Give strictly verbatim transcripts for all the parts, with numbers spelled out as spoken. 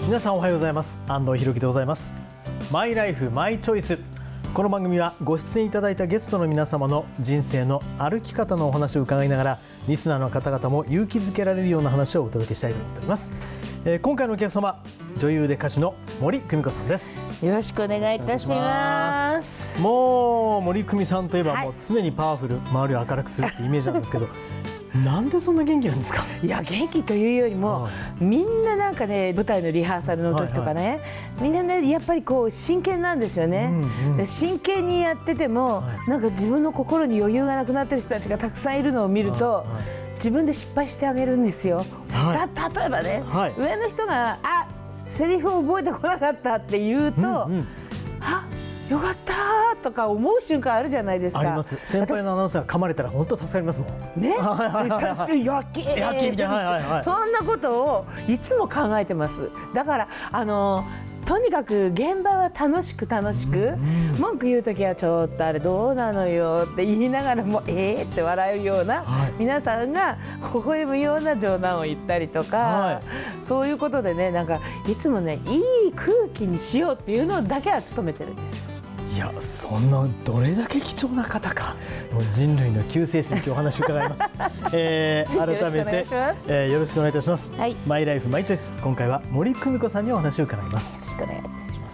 皆さんおはようございます。安藤裕樹でございます。マイライフマイチョイス。この番組はご出演いただいたゲストの皆様の人生の歩き方のお話を伺いながら、リスナーの方々も勇気づけられるような話をお届けしたいと思っております。えー、今回のお客様、女優で歌手の森久美子さんです。 よろしくお願いいたします。 もう森久美さんといえば、もう常にパワフル、周りを明るくするってイメージなんですけどなんでそんな元気なんですか？ いや、元気というよりも、はい、みんななんかね、舞台のリハーサルの時とかね、はいはい、みんなねやっぱりこう真剣なんですよね、うんうん、で真剣にやってても、はい、なんか自分の心に余裕がなくなってる人たちがたくさんいるのを見ると、はいはい、自分で失敗してあげるんですよ、はい、だ例えばね、はい、上の人があセリフを覚えてこなかったって言うと、うんうん、あよかったとか思う瞬間あるじゃないですか。 あります。先輩のアナウンサーが噛まれたら本当助かりますもんね。やけーやけーみたいな、はいはいはい、 そんなことをいつも考えてます。だからあのとにかく現場は楽しく楽しく、うんうん、文句言うときはちょっとあれどうなのよって言いながらもえーって笑うような、はい、皆さんが微笑むような冗談を言ったりとか、はい、そういうことでね、なんかいつもねいい空気にしようっていうのだけは努めてるんです。 いや、そんなどれだけ貴重な方か、もう人類の救世主に今日お話を伺います、えー、改めてえー、よろしくお願いいたします、はい、マイライフマイチョイス。今回は森久美子さんにお話を伺います。 よろしくお願いいたします。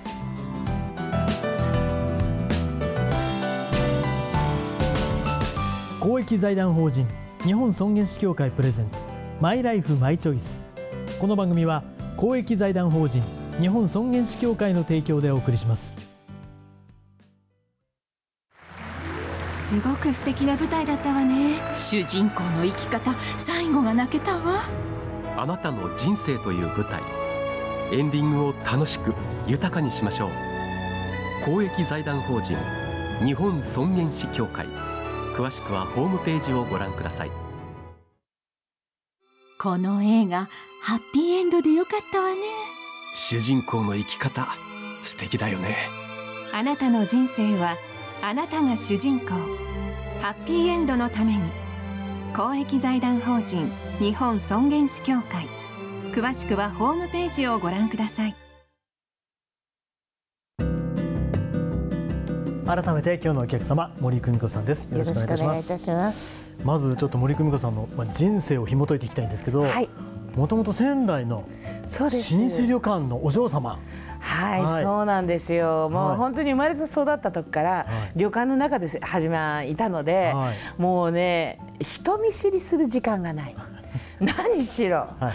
公益財団法人日本尊厳死協会プレゼンツマイライフマイチョイス。この番組は公益財団法人日本尊厳死協会の提供でお送りします。 すごく素敵な舞台だったわね。主人公の生き方、最後が泣けたわ。 あなたの人生という舞台、エンディングを楽しく豊かにしましょう。公益財団法人日本尊厳死協会、詳しくはホームページをご覧ください。 この映画ハッピーエンドでよかったわね。 主人公の生き方素敵だよね。 あなたの人生はあなたが主人公。ハッピーエンドのために公益財団法人日本尊厳死協会、詳しくはホームページをご覧ください。 改めて今日のお客様、森久美子さんです。よろしくお願いいたします。 よろしくお願いいたします。 まずちょっと森久美子さんの人生を紐解いていきたいんですけど、もともと仙台の老舗旅館のお嬢様。 はい、はい、そうなんですよ。もう、はい、本当に生まれて育った時から、はい、旅館の中で始めいたので、はい、もうね人見知りする時間がない何しろ、はい、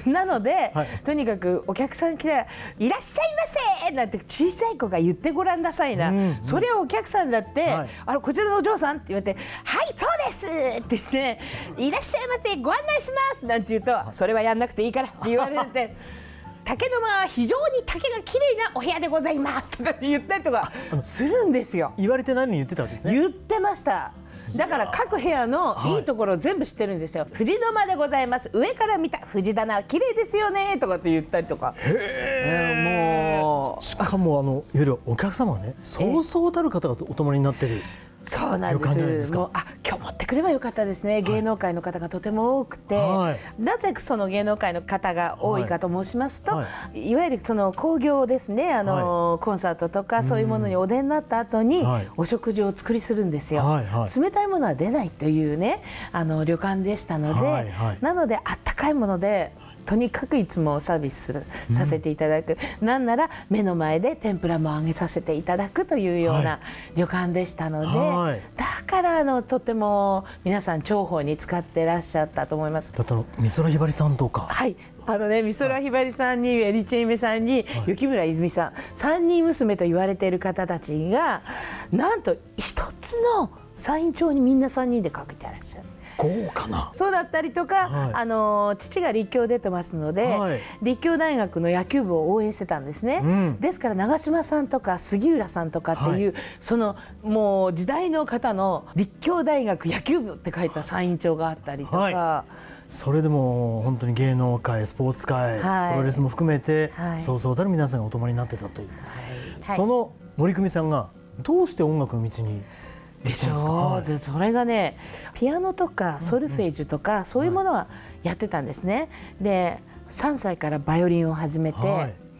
なので、はい、とにかくお客さん来たらいらっしゃいませなんて小さい子が言ってごらんなさいな、うんうん、それをお客さんだって、はい、あれこちらのお嬢さんって言われてはいそうですって言っていらっしゃいませご案内しますなんて言うと、はい、それはやんなくていいからって言われて竹の間は非常に竹が綺麗なお部屋でございますとかって言ったりとかするんですよ。 言われて何に言ってたわけですね。 言ってました。だから各部屋のいいところを全部知ってるんですよ。藤の間でございます。上から見た藤棚綺麗ですよねとかって言ったりとか。 へー、もうしかもあのいわゆるお客様はね、そうそうたる方がお泊まりになってる。 そうなんです。ですもうあ今日持ってくればよかったですね。芸能界の方がとても多くて、はい、なぜその芸能界の方が多いかと申しますと、はい、いわゆるその興行ですね、あの、はい、コンサートとかそういうものにお出になった後に、はい、お食事を作りするんですよ、はいはい、冷たいものは出ないというねあの旅館でしたので、はいはい、なのであったかいものでとにかくいつもサービスするさせていただく、うん、なんなら目の前で天ぷらも揚げさせていただくというような旅館でしたので、はい、だからあのとても皆さん重宝に使ってらっしゃったと思います。 だったの美空ひばりさんとか、 はいあのね、美空ひばりさんにエリチェイメさんに、はい、雪村泉さん三人娘と言われている方たちがなんと一つのサイン帳にみんなさんにんでかけてらっしゃる。 豪華なそうだったりとか、はい、あの父が立教出てますので、はい、立教大学の野球部を応援してたんですね、うん、ですから長嶋さんとか杉浦さんとかっていう、はい、そのもう時代の方の立教大学野球部って書いたサイン帳があったりとか、はい、 それでも本当に芸能界スポーツ界、はい、プロレスも含めて、はい、そうそうたる皆さんがお泊まりになってたという、はい、その森久美さんがどうして音楽の道にでしょう、はい、それがねピアノとかソルフェージュとか、うんうん、そういうものはやってたんですね、はい、でさんさいからバイオリンを始めて、はい、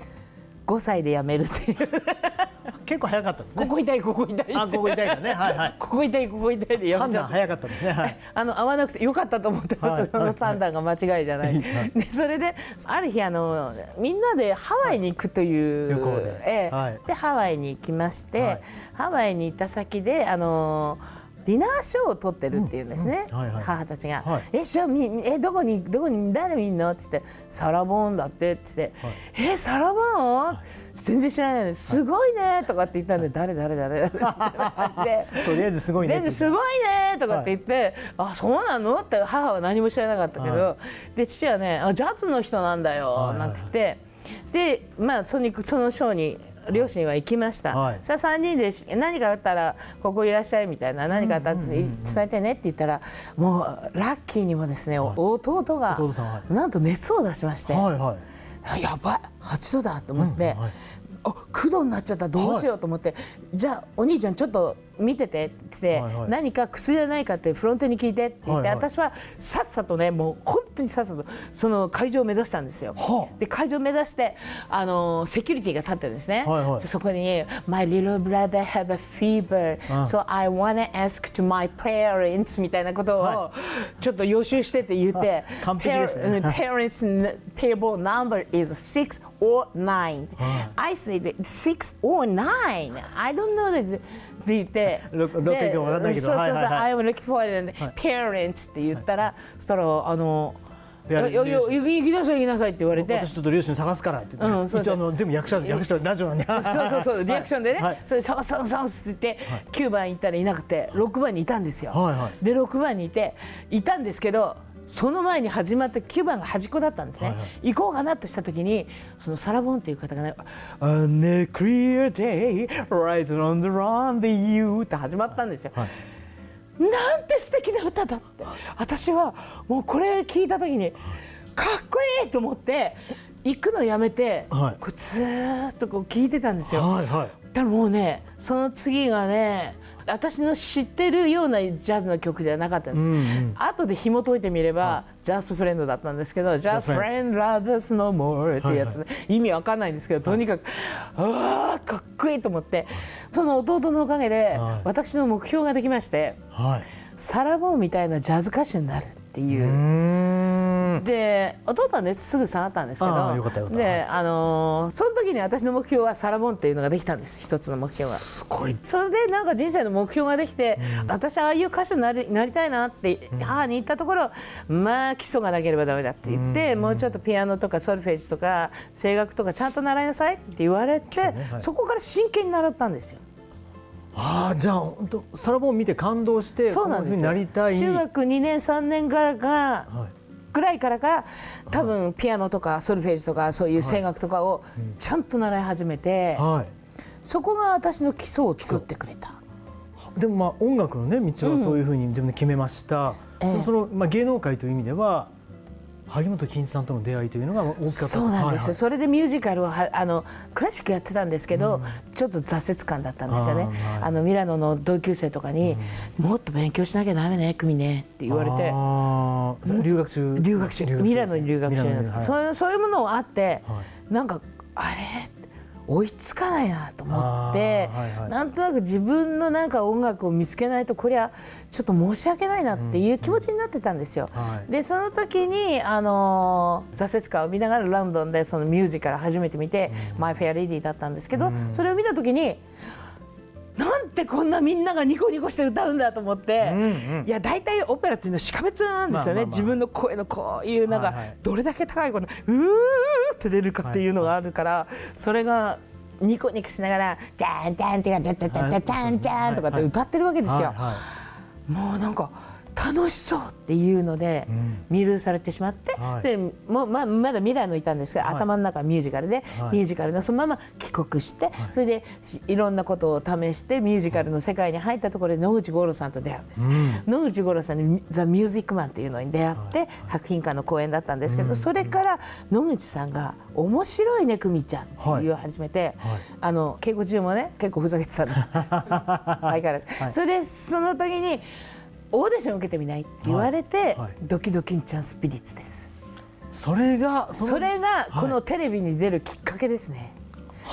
ごさいで辞めるっていう結構早かったですね。 ここ痛いここ痛いあ、ここ痛いからね。はいはい。 ここ痛いここ痛いで辞めちゃった。 判断早かったですね。はい。 あの合わなくてよかったと思ってます、 はいその判断が間違いじゃない、でそれである日あのみんなでハワイに行くという、 旅行でええはいでハワイに行きまして、 はいハワイに行った先であのディナーショーを撮ってるっていうんですね、 うんうんはいはい母たちが「 はいえしょみえどこにどこに誰見んの?」っつって「サラボーンだって」っつって「えサラボーン、全然知らないのにすごいね」とかって言ったんで「誰誰誰?」みたいな感じでとりあえずすごいね。 全然すごいねとかって言って「あそうなの?」って母は何も知らなかったけど、 はで父はねあ「ジャズの人なんだよ」 はいなんつってでまあそのそのショーに両親は行きました、 はいさあさんにんで何かあったらここいらっしゃいみたいな何かあったら伝えてねって言ったらもうラッキーにもですね、 はい弟が弟さんはなんと熱を出しまして、 はいはい。 あやばいはちどだと思って、 うんはいあきゅうどになっちゃったどうしようと思って、じゃあお兄ちゃんちょっと見ててって言って、 はいはい何か薬はないかってフロントに聞いてって言って、 はいはい私はさっさとねもう本当にさっさとその会場を目指したんですよ。 はあで会場を目指してあのセキュリティが立ってるんですね、 はいはいでそこに「My little brother have a fever、 うん so I wanna ask to my parents」みたいなことをはちょっと予習してって言ってあ完璧ですね Par- Parents table number is six or nine、I said six or nine I don't know that って言ってろろっかいかわかんないけどそうそうそう、 はいはいはい I'm looking for it and parents って言ったら、そしたらあの「いペアやいやレンツ行きなさい行きなさい」って言われて。 私ちょっと両親探すからって言って、 うんそう一応あの全部役者役者ラジオなんで。 そうそうそうリアクションでね、 はいそれサウスサウスサウスって言って、きゅうばん行ったらいなくてろくばんにいたんですよ、 はいはいでろくばんにいていたんですけどその前に始まったきゅうばんが端っこだったんですね、 はいはい行こうかなとした時にそのサラボンっていう方がね「On a clear day rising on the rendezvous」って始まったんですよ、 はいなんて素敵な歌だって私はもうこれ聞いた時にかっこいいと思って行くのやめて、 はいこうずーっとこう聞いてたんですよ。 はいはい。 ただもうねその次がね私の知ってるようなジャズの曲じゃなかったんです、 うんうん後で紐解いてみれば、ジャストフレンドだったんですけど Just Friend Lovers No More っていうやつ、ね意味わかんないんですけどとにかく、あーかっこいいと思ってその弟のおかげで、 はい私の目標ができましてはい。 サラ・ボーンみたいなジャズ歌手になるっていうう。 ーん。 で弟は熱すぐ下がったんですけどあーよかったよかったで、あのーその時に私の目標はサラボンっていうのができたんです一つの目標が。 すごい。 それでなんか人生の目標ができて、私はああいう歌手になりなりたいなって母に言ったところ、まあ基礎がなければダメだって言って、もうちょっとピアノとかソルフェージとか声楽とかちゃんと習いなさいって言われて、 礎ねはいそこから真剣に習ったんですよ。 ああ、じゃあ本当サラボン見て感動してそうなんですよ。 こういう風になりたい。 中学にねんさんねんからがはい。 ぐらいからか多分ピアノとかソルフェージとかそういう声楽とかをちゃんと習い始めて、 はい。 そこが私の基礎を作ってくれた。 でもまあ音楽のね道はそういうふうに自分で決めました。 ええでもそのまあ芸能界という意味では萩本欽一さんとの出会いというのが大きかった。 そうなんですよ、 はいそれでミュージカルをはあのクラシックやってたんですけど、ちょっと挫折感だったんですよね。 あーはいあのミラノの同級生とかに、もっと勉強しなきゃダメね久美ねって言われて、 あー留学中。 留学中ミラノに留学中ミラノになんです、 はいそういうそういうものがあって、 はなんかあれ追いつかないなと思って、 あーはいはいなんとなく自分のなんか音楽を見つけないとこりゃちょっと申し訳ないなっていう気持ちになってたんですよ。 はいでその時に、あのー挫折感を見ながらロンドンでそのミュージカル初めて見て「マイ・フェア・レディ」だったんですけど、それを見た時になんてこんなみんながニコニコして歌うんだと思って、 うんうんいや大体オペラっていうのはしかめ面なんですよね、 まあまあまあ自分の声のこういうなんか、 はいはいどれだけ高い声でうーって出るかっていうのがあるから、それがニコニコしながら「ジャンジャンジャンジャンジャンジャンジャンジャン」とかって歌ってるわけですよ。 はいはいもうなんか楽しそうっていうので見るされてしまって、 はいでもうままだミラノいたんですけど、 はい頭の中はミュージカルで、 はいミュージカルのそのまま帰国して、それでいろんなことを試してミュージカルの世界に入ったところで野口五郎さんと出会うんですよ、野口五郎さんに「ザ・ミュージックマン」っていうのに出会って、博品館の公演だったんですけど、それから野口さんが「面白いね久美ちゃん」って言い始めて、あの稽古中もね結構ふざけてたんです相変わらず、それでその時にオーディション受けてみないって言われて、 はいはいドキドキンちゃんスピリッツです。 それがのそれがこはのテレビに出るきっかけですね。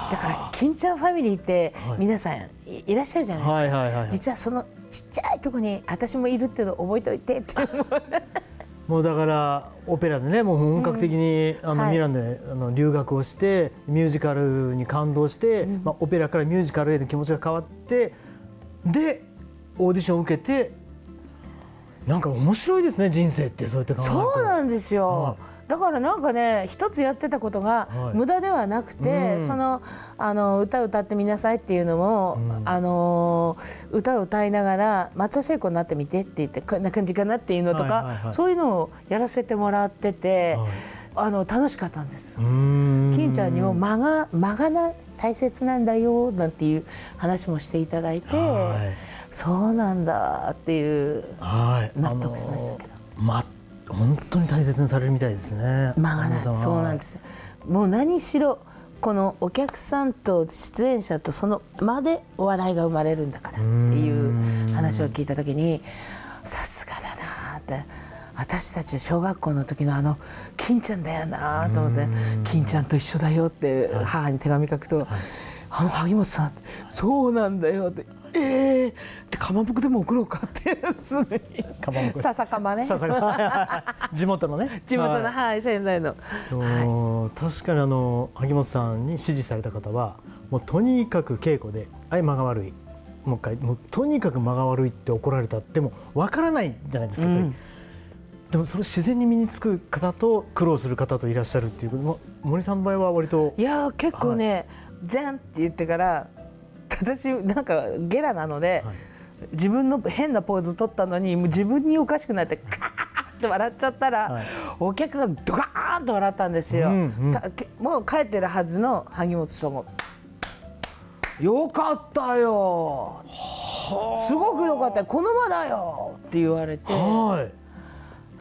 だから金ちゃんファミリーって皆さんいらっしゃるじゃないですか、 はいはいはいはい、 実はそのちっちゃいとこに私もいるっていうのを覚えておいてってもうだからオペラでねもう本格的に、うん、あの、はい、ミラノであの留学をしてミュージカルに感動して、うん、まあ、オペラからミュージカルへの気持ちが変わってでオーディションを受けてなんか面白いですね人生ってそうやって考えると。 そうなんですよ、はい、だからなんかね一つやってたことが無駄ではなくて、はい、そのあの歌を歌ってみなさいっていうのも、うん、あの歌を歌いながら松田聖子になってみてって言ってこんな感じかなっていうのとか、はいはいはい、そういうのをやらせてもらってて、はい、あの楽しかったんです。金ちゃんにも間が間がな大切なんだよなんていう話もしていただいて、はい、そうなんだっていう納得しましたけど、 ま、本当に大切にされるみたいですね。 間がない、そうなんです。もう何しろこのお客さんと出演者とその間でお笑いが生まれるんだからっていう話を聞いた時にさすがだなって、私たち小学校の時のあの金ちゃんだよなと思って、金ちゃんと一緒だよって母に手紙書くと、はい、あの萩本さんそうなんだよってえーってかまぼこでも送ろうかってすぐに笹かまね地元のね地元の、はいはい、仙台の、 はい、確かにあの萩本さんに指示された方はもうとにかく稽古であい間が悪いもう一回もうとにかく間が悪いって怒られたっても分からないじゃないですか、うん、でもそれ自然に身につく方と苦労する方といらっしゃるっていうこと森さんの場合は割といや結構ね、はい、じゃんって言ってから私なんかゲラなので、はい、自分の変なポーズ取ったのにもう自分におかしくなってカーッて笑っちゃったら、はい、お客がドカーンと笑ったんですよ、うんうん、もう帰ってるはずの萩本さんもよかったよすごくよかったよこの場だよって言われて、はい、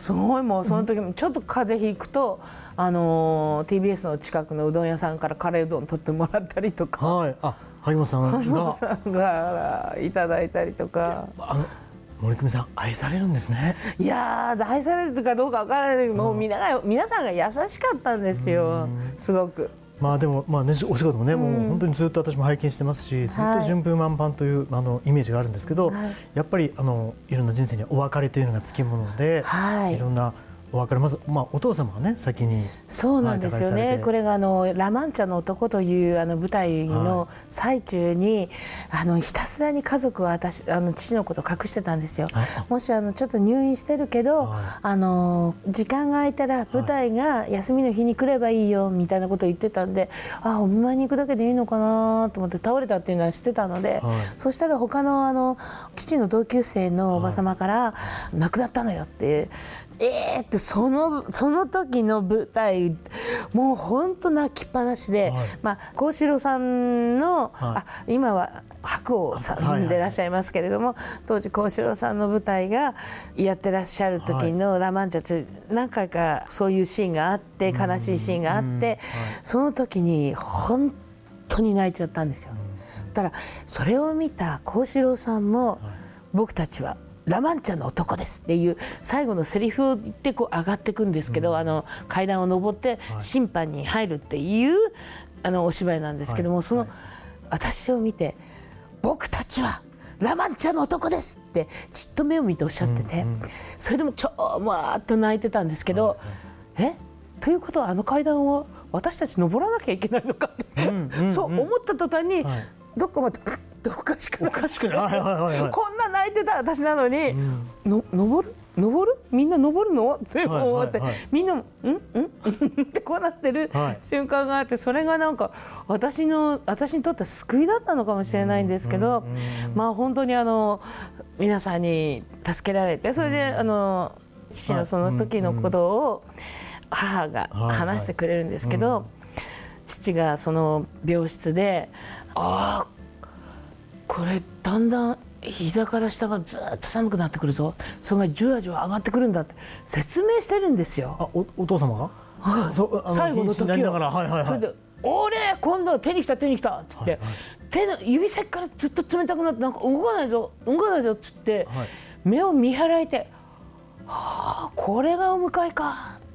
すごいもうその時もちょっと風邪ひくと、あのー、ティービーエス の近くのうどん屋さんからカレーうどん取ってもらったりとか、 はい、あ萩本さんが萩本さんがいただいたりとか、 あの森久美さん愛されるんですね。 いやー愛されるかどうかわからないけど、もう皆が皆さんが優しかったんですよすごく。 まあでもまあねお仕事もね、うん、もう本当にずっと私も拝見してますし、ずっと順風満帆という、はい、あのイメージがあるんですけど、はい、やっぱりあのいろんな人生にはお別れというのがつきもので、はい、いろんなお別れまず、まあ、お父様がね先にそうなんですよね。これがあのラマンチャの男というあの舞台の最中に、はい、あのひたすらに家族は私あの父のことを隠してたんですよ。もしあのちょっと入院してるけど、はい、あの時間が空いたら舞台が休みの日に来ればいいよみたいなことを言ってたんで、あお見舞いに行くだけでいいのかなと思って倒れたっていうのは知ってたので、はい、そしたら他のあの父の同級生のおば様から、はい、亡くなったのよってえーってそのその時の舞台もう本当泣きっぱなしで、はい、まあ幸四郎さんの、はい、あ今は白鸚さんでいらっしゃいますけれども、はいはいはい、当時幸四郎さんの舞台がやってらっしゃる時のラマンチャって何回かそういうシーンがあって悲しいシーンがあって、はい、その時に本当に泣いちゃったんですよ。だからそれを見た幸四郎さんも、はい、僕たちはラマンチャの男ですっていう最後のセリフを言ってこう上がっていくんですけど、うん、あの階段を上って審判に入るっていう、はい、あのお芝居なんですけども、はい、その、はい、私を見て僕たちはラマンチャの男ですってちっと目を見ておっしゃってて、うんうん、それでもちょーわーっと泣いてたんですけど、はいはい、えということはあの階段を私たち登らなきゃいけないのかって、うんうんうん、そう思った途端に、はい、どっかまでおかしくなって、おかしくなはいはいはいはい、こんな泣いてた私なのに、うん、の登る登るみんな登るのって思って、はいはいはい、みんなもんんってこうなってる瞬間があって、それがなんか私の私にとっては救いだったのかもしれないんですけど、うんうんうん、まあ本当にあの皆さんに助けられて、それであの父のその時のことを母が話してくれるんですけど、はいはいうん、父がその病室でああこれだんだん膝から下がずっと寒くなってくるぞ、それがじわじわ上がってくるんだって説明してるんですよ。 あ お, お父様が、 はい、そ最後の時を、 はいはいはい、 それでおれ今度は手に来た手に来たっつって、はいはい、手の指先からずっと冷たくなってなんか動かないぞ動かないぞっつって、はい、目を見開いてはあこれがお迎えかって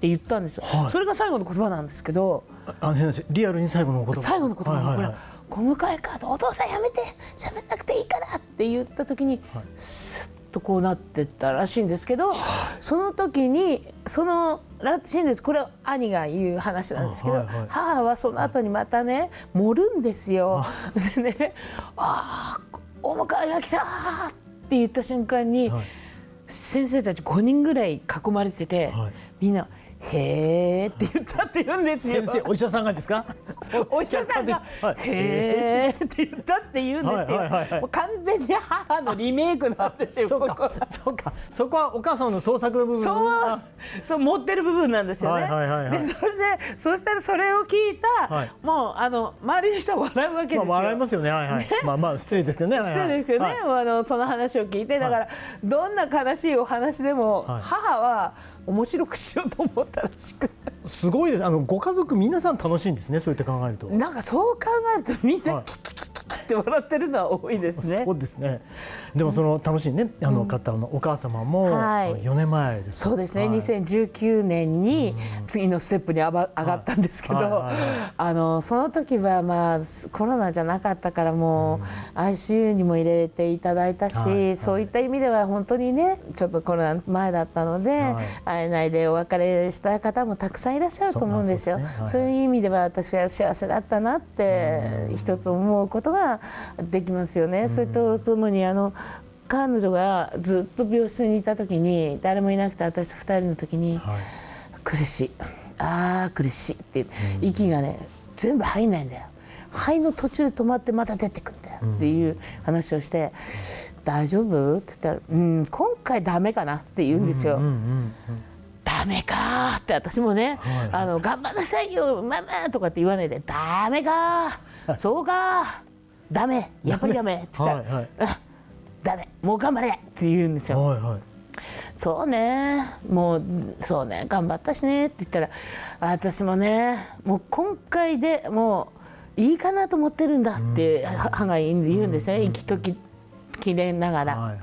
って言ったんですよ、 はい、 それが最後の言葉なんですけど、 あの変な話、リアルに最後の言葉、 最後の言葉が、 はいはいはい、 これ小向井かと、お父さんやめて喋んなくていいからって言った時に、はい、スッとこうなってったらしいんですけど、はい、その時にそのらしいんです。これは兄が言う話なんですけど、はいはい、母はその後にまたね盛るんですよ。でね、ああお迎えが来たって言った瞬間に、はい、先生たちごにんぐらい囲まれてて、はい、みんなへーって言ったって言うんですよ。 先生、お医者さんがですか？ お医者さんが、はい、へーって言ったって言うんですよ。はいはいはいはい、もう完全に母のリメイクなんですよ。 そうか、そうか、そこはお母様の創作の部分。 そう、そう持ってる部分なんですよね。はいはいはいはい、でそれで、そしたらそれを聞いた、はい、もうあの周りの人は笑うわけですよ。 まあ、笑いますよね。はいはい。ね、まあまあ失礼ですけどね。 失礼ですけどね。はい、あのその話を聞いて、だから、はい、どんな悲しいお話でも、はい、母は面白くしようと思ったらしく。 すごいです。あのご家族皆さん楽しいんですね。そうやって考えると。 なんかそう考えるとみんなキキキキって笑ってるのは多いですね。 そうですね。でもその楽しいね、あの方のお母様もよねんまえです。 そうですね。にせんじゅうきゅうねんに次のステップに上がったんですけど、あのその時はまあコロナじゃなかったからもう アイシーユー にも入れていただいたし、そういった意味では本当にねちょっとコロナ前だったので会えないでお別れした方もたくさんいらっしゃると思うんですよ。そういう意味では私は幸せだったなって一つ思うことができますよね。それとともにあの彼女がずっと病室にいた時に誰もいなくて私とふたりの時に、はい、苦しい、ああ苦しいって息がね全部入んないんだよ。肺の途中で止まってまた出てくんだよっていう話をして、うん、大丈夫って言ったら、うん、今回ダメかなって言うんですよ。うんうんうんうん、ダメかって私もね、はいはい、あの頑張んなさいよママとかって言わないで、ダメかそうかダメやっぱりダメって言ったら、はいはい、ダメもう頑張れって言うんですよ。はいはい、そうねもうそうね頑張ったしねって言ったら、私もねもう今回でもういいかなと思ってるんだって母が言うんですね、生きとききれながら。はいはい、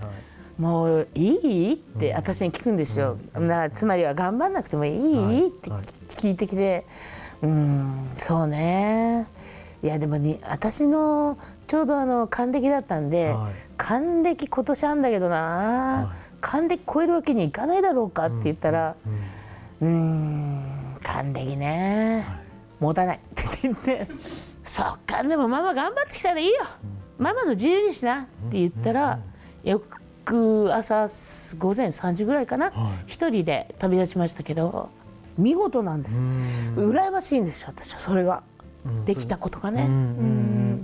もういいって私に聞くんですよ。だからつまりは頑張んなくてもいい、はい、って聞いてきて、うーんそうねいやでもに私のちょうどあの還暦だったんで、はい、還暦今年あんだけどな、はい、還暦超えるわけにいかないだろうかって言ったら、うん、うん、うーん還暦ね、はい、持たないって言ってそっかでもママ頑張ってきたらいいよ、うん、ママの自由にしなって言ったら、うん、よく朝午前さんじぐらいかな、はい、一人で旅立ちましたけど見事なんですよ。羨ましいんですよ私はそれが、うん、できたことがね。うんうん、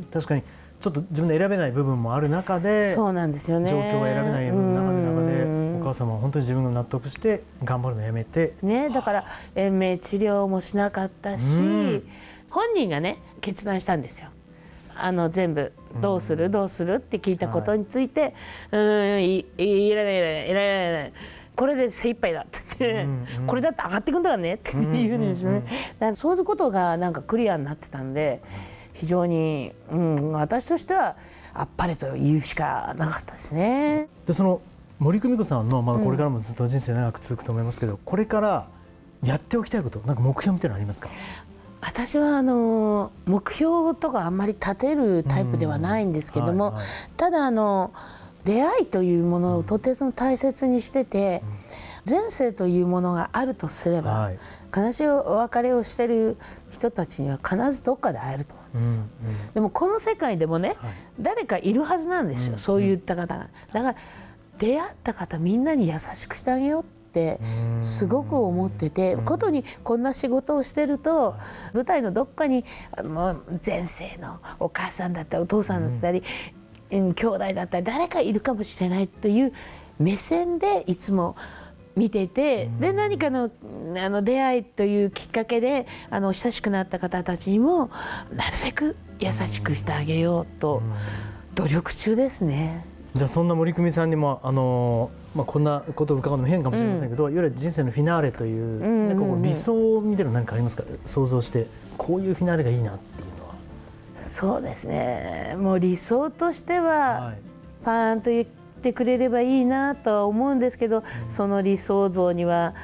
確かにちょっと自分で選べない部分もある中で、 そうなんですよね、 状況が選べない中でお母様は本当に自分が納得して頑張るのやめて、 ね、だから延命治療もしなかったし、本人がね決断したんですよ。あの全部どうするどうするって聞いたことについて、はい、うんいいらないいらないいらないいらないこれで精一杯だって言って、うんうん、これだって上がっていくんだからねって言うんですよね。だからそういうことがなんかクリアになってたんで、非常に、うん、私としてはあっぱれと言うしかなかったですね。 でその森久美子さんの、まあ、これからもずっと人生長く続くと思いますけど、うん、これからやっておきたいことなんか目標みたいなのありますか？ 私はあの目標とかあんまり立てるタイプではないんですけども、はいはい、ただあの出会いというものをとても大切にしてて、うん、前世というものがあるとすれば、はい、悲しいお別れをしている人たちには必ずどっかで会えると思うんですよ、うんうん、でもこの世界でもね、はい、誰かいるはずなんですよ、うん、そういった方が。だから出会った方みんなに優しくしてあげようってすごく思ってて、ことにこんな仕事をしてると舞台のどっかにもう前世のお母さんだったりお父さんだったり、うん、兄弟だったり誰かいるかもしれないという目線でいつも見てて、で何かの、あの出会いというきっかけであの親しくなった方たちにもなるべく優しくしてあげようと努力中ですね。 じゃあそんな森久美さんにもあの、まあ、こんなことを伺うのも変かもしれませんけど、うん、いわゆる人生のフィナーレという、うんうんうん、なんかこう理想を見てるの何かありますか？想像してこういうフィナーレがいいなっていうのは。 そうですね、もう理想としては、はい、パーンと言ってくれればいいなとは思うんですけど、うん、その理想像には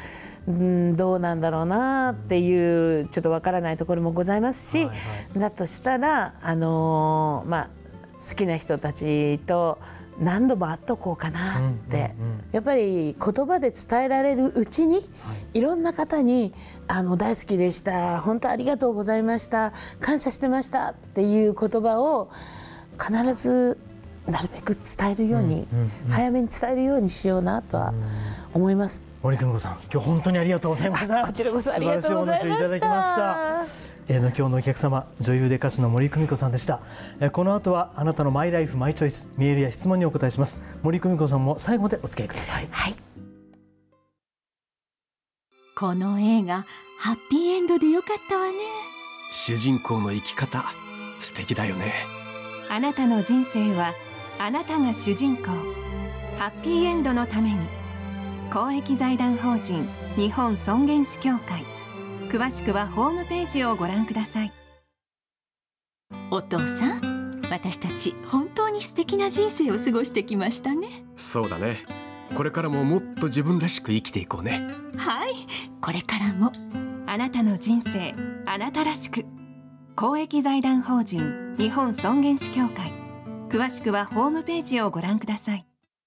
うん、どうなんだろうなっていうちょっとわからないところもございますし、はいはい、だとしたら、あのーまあ、好きな人たちと何度も会っとこうかなって、うんうんうん、やっぱり言葉で伝えられるうちに、はい、いろんな方にあの大好きでした、本当ありがとうございました、感謝してましたっていう言葉を必ずなるべく伝えるように、うんうんうん、早めに伝えるようにしようなとは思います。 森久美子さん、今日本当にありがとうございました。 こちらこそありがとうございました。素晴らしいお話をいただきました。えー、の今日のお客様、女優で歌手の森久美子さんでした。えー、この後はあなたのマイライフマイチョイス、メールや質問にお答えします。森久美子さんも最後までお付き合いください。 はい。 この映画ハッピーエンドでよかったわね。 主人公の生き方素敵だよね。 あなたの人生はあなたが主人公。ハッピーエンドのために公益財団法人日本尊厳死協会、詳しくはホームページをご覧ください。 お父さん、私たち本当に素敵な人生を過ごしてきましたね。 そうだね。これからももっと自分らしく生きていこうね。 はい、これからもあなたの人生あなたらしく、公益財団法人日本尊厳死協会、詳しくはホームページをご覧ください。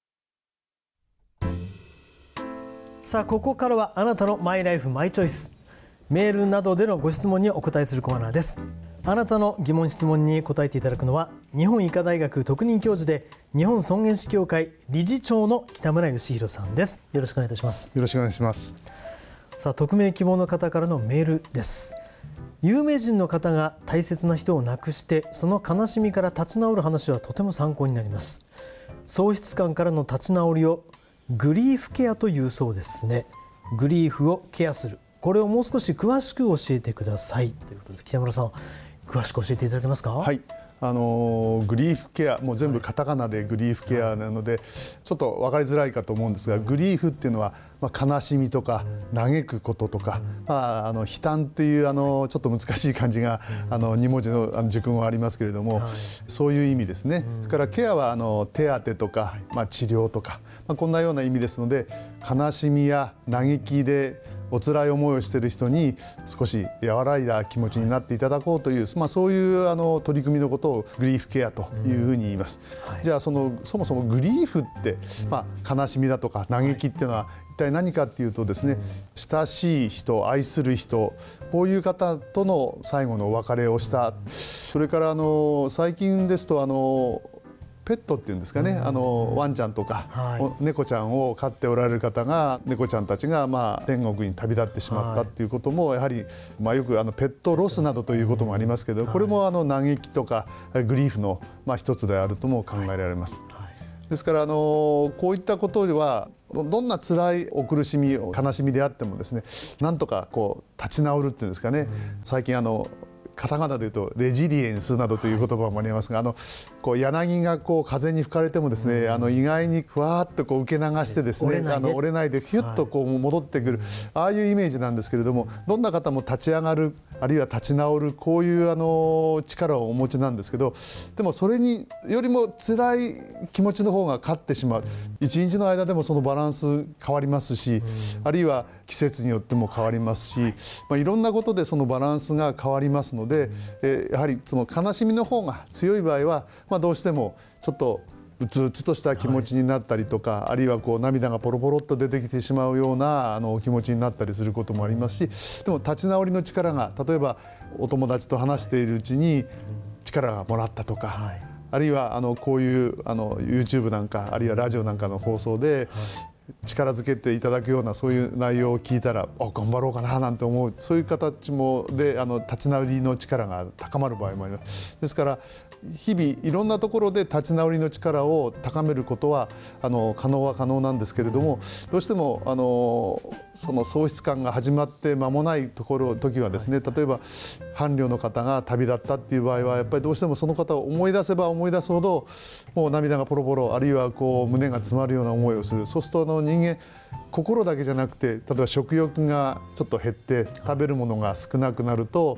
さあ、ここからはあなたのマイライフマイチョイス、メールなどでのご質問にお答えするコーナーです。あなたの疑問質問に答えていただくのは、日本医科大学特任教授で日本尊厳死協会理事長の北村義弘さんです。よろしくお願いいたします。 よろしくお願いします。 さあ、匿名希望の方からのメールです。有名人の方が大切な人を亡くしてその悲しみから立ち直る話はとても参考になります。喪失感からの立ち直りをグリーフケアというそうですね。グリーフをケアする、これをもう少し詳しく教えてくださいということです。北村さん、詳しく教えていただけますか。 はい、あのー、グリーフケア、もう全部カタカナでグリーフケアなので、はい、ちょっと分かりづらいかと思うんですが、グリーフっていうのは、まあ、悲しみとか嘆くこととか、うん、まあ、あの悲嘆っていうあのちょっと難しい漢字が、うん、あのに文字のあの熟語がありますけれども、はい、そういう意味ですね。うん、それからケアはあの手当てとか、まあ、治療とか、まあ、こんなような意味ですので、悲しみや嘆きでお辛い思いをしている人に少し和らいだ気持ちになっていただこうという、まあ、そういうあの取り組みのことをグリーフケアというふうに言います。うん、はい、じゃあそのそもそもグリーフって、まあ、悲しみだとか嘆きっていうのは一体何かっていうとですね、うん、親しい人、愛する人、こういう方との最後のお別れをした。それからあの最近ですとあのペットっていうんですかね、うん、あのワンちゃんとか、はい、猫ちゃんを飼っておられる方が、猫ちゃんたちがまあ天国に旅立ってしまったっていうことも、やはりまあよくあのペットロスなどということもありますけど、これもあの嘆きとかグリーフのまあ一つであるとも考えられます。はい、ですからあのこういったことではどんな辛いお苦しみ、悲しみであってもですね、なんとかこう立ち直るっていうんですかね、うん、最近あのカタカナでいうとレジリエンスなどという言葉もありますが、あのこう柳がこう風に吹かれてもですね、うん、あの意外にふわっとこう受け流してですね、折れないで、あの折れないでヒュッとこう戻ってくる、はい、ああいうイメージなんですけれども、どんな方も立ち上がる、あるいは立ち直る、こういうあの力をお持ちなんですけど、でもそれによりも辛い気持ちの方が勝ってしまう。一日の間でもそのバランス変わりますし、あるいは季節によっても変わりますし、まあ、いろんなことでそのバランスが変わりますので、えー、やはりその悲しみの方が強い場合は、まあ、どうしてもちょっとうつうつとした気持ちになったりとか、はい、あるいはこう涙がポロポロっと出てきてしまうようなあのお気持ちになったりすることもありますし、でも立ち直りの力が、例えばお友達と話しているうちに力がもらったとか、はい、あるいはあのこういうあの YouTube なんか、あるいはラジオなんかの放送で、はい、力づけていただくようなそういう内容を聞いたら、あ、頑張ろうかななんて思う、そういう形もであの立ち直りの力が高まる場合もあります。ですから日々いろんなところで立ち直りの力を高めることはあの可能は可能なんですけれども、どうしてもあのその喪失感が始まって間もないところ時はですね、例えば伴侶の方が旅立ったっていう場合は、やっぱりどうしてもその方を思い出せば思い出すほどもう涙がポロポロ、あるいはこう胸が詰まるような思いをする。そうするとあの人間、心だけじゃなくて、例えば食欲がちょっと減って食べるものが少なくなると、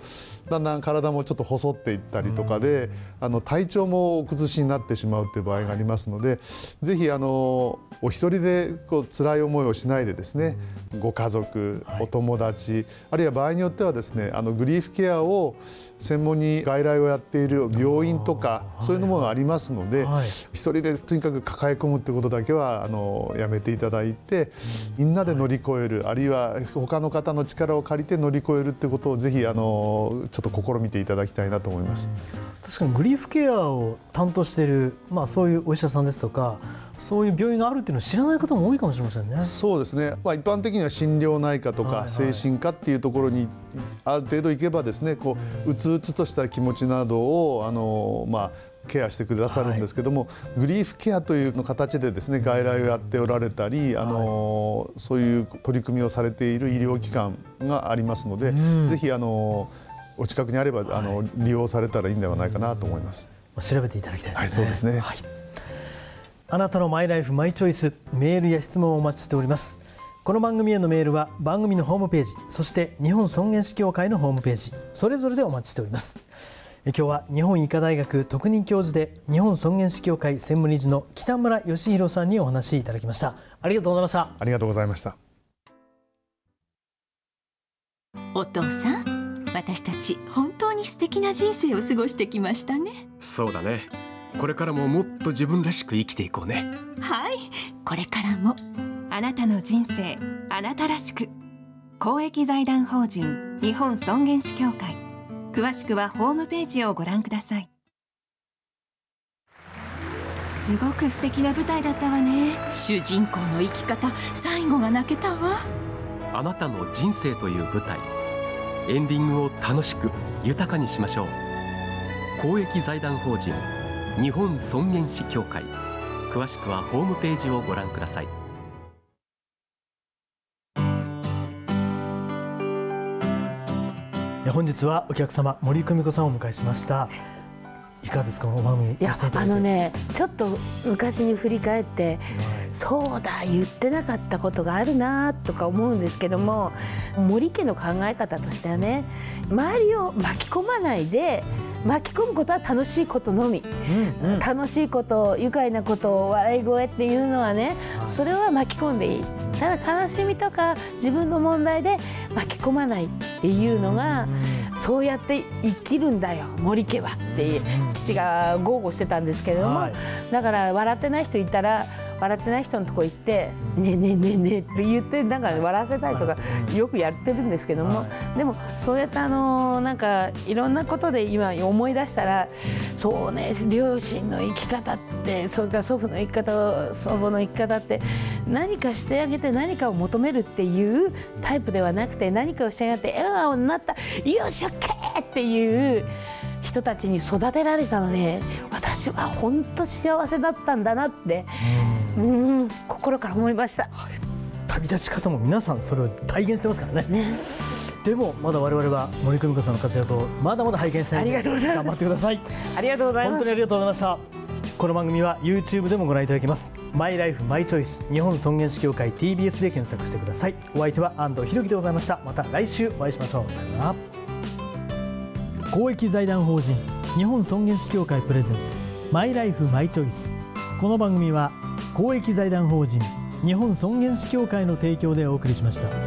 だんだん体もちょっと細っていったりとかで、あの体調もお崩しになってしまうという場合がありますので、ぜひあのお一人でこう辛い思いをしないでですね、ご家族、お友達、あるいは場合によってはですね、あのグリーフケアを専門に外来をやっている病院とかそういうのもありますので、一人でとにかく抱え込むってことだけはあのやめていただいて、みんなで乗り越える、あるいは他の方の力を借りて乗り越えるってことをぜひあのちょっと試みていただきたいなと思います。 確かにグリーフケアを担当している、まあ、そういうお医者さんですとか、そういう病院があるっていうのを知らない方も多いかもしれませんね。 そうですね、まあ、一般的には心療内科とか精神科っていうところにある程度行けばですね、こううつうつとした気持ちなどをあの、まあ、ケアしてくださるんですけども、はい、グリーフケアというの形でですね外来をやっておられたり、あの、はい、そういう取り組みをされている医療機関がありますので、ぜひあのお近くにあればあの利用されたらいいんではないかなと思います。 調べていただきたいですね。 はい、そうですね。 はい、あなたのマイライフマイチョイス、メールや質問をお待ちしております。この番組へのメールは番組のホームページ、そして日本尊厳死協会のホームページ、それぞれでお待ちしております。今日は日本医科大学特任教授で日本尊厳死協会専務理事の北村義弘さんにお話しいただきました。ありがとうございました。 ありがとうございました。 お父さん、私たち本当に素敵な人生を過ごしてきましたね。 そうだね。これからももっと自分らしく生きていこうね。 はい、これからもあなたの人生あなたらしく、公益財団法人日本尊厳死協会、詳しくはホームページをご覧ください。すごく素敵な舞台だったわね。 主人公の生き方、最後が泣けたわ。 あなたの人生という舞台、エンディングを楽しく豊かにしましょう。公益財団法人日本尊厳死協会、詳しくはホームページをご覧ください。 本日はお客様森久美子さんをお迎えしました。いかがですか、この番組。 いや、あのね、ちょっと昔に振り返って、はい、そうだ言ってなかったことがあるなとか思うんですけども、森家の考え方としてはね、周りを巻き込まないで、巻き込むことは楽しいことのみ、うんうん、楽しいこと、愉快なこと、笑い声っていうのはね、それは巻き込んでいい。ただ悲しみとか自分の問題で巻き込まないっていうのが、うん、そうやって生きるんだよ森家はって父が豪語してたんですけれども、はい、だから笑ってない人いたら笑ってない人のとこ行って「ねえねえねえねえ」って言ってなんか笑わせたりとかよくやってるんですけども、でもそうやってあのなんかいろんなことで今思い出したら、そうね、両親の生き方って、それから祖父の生き方、祖母の生き方って何かしてあげて何かを求めるっていうタイプではなくて、何かをしてあげて笑顔になった、よし OK っていう人たちに育てられたので、私は本当幸せだったんだなって、うん、うん、心から思いました。はい、 旅立ち方も皆さんそれを体現してますからね。ね、でもまだ我々は森久美子さんの活躍をまだまだ拝見したいので、頑張ってください。 ありがとうございます。 本当にありがとうございました。この番組は YouTube でもご覧いただけます。マイライフマイチョイス、日本尊厳死協会 ティービーエス で検索してください。お相手は安藤裕樹でございました。また来週お会いしましょう。さようなら。公益財団法人日本尊厳死協会プレゼンツマイライフマイチョイス。この番組は公益財団法人日本尊厳死協会の提供でお送りしました。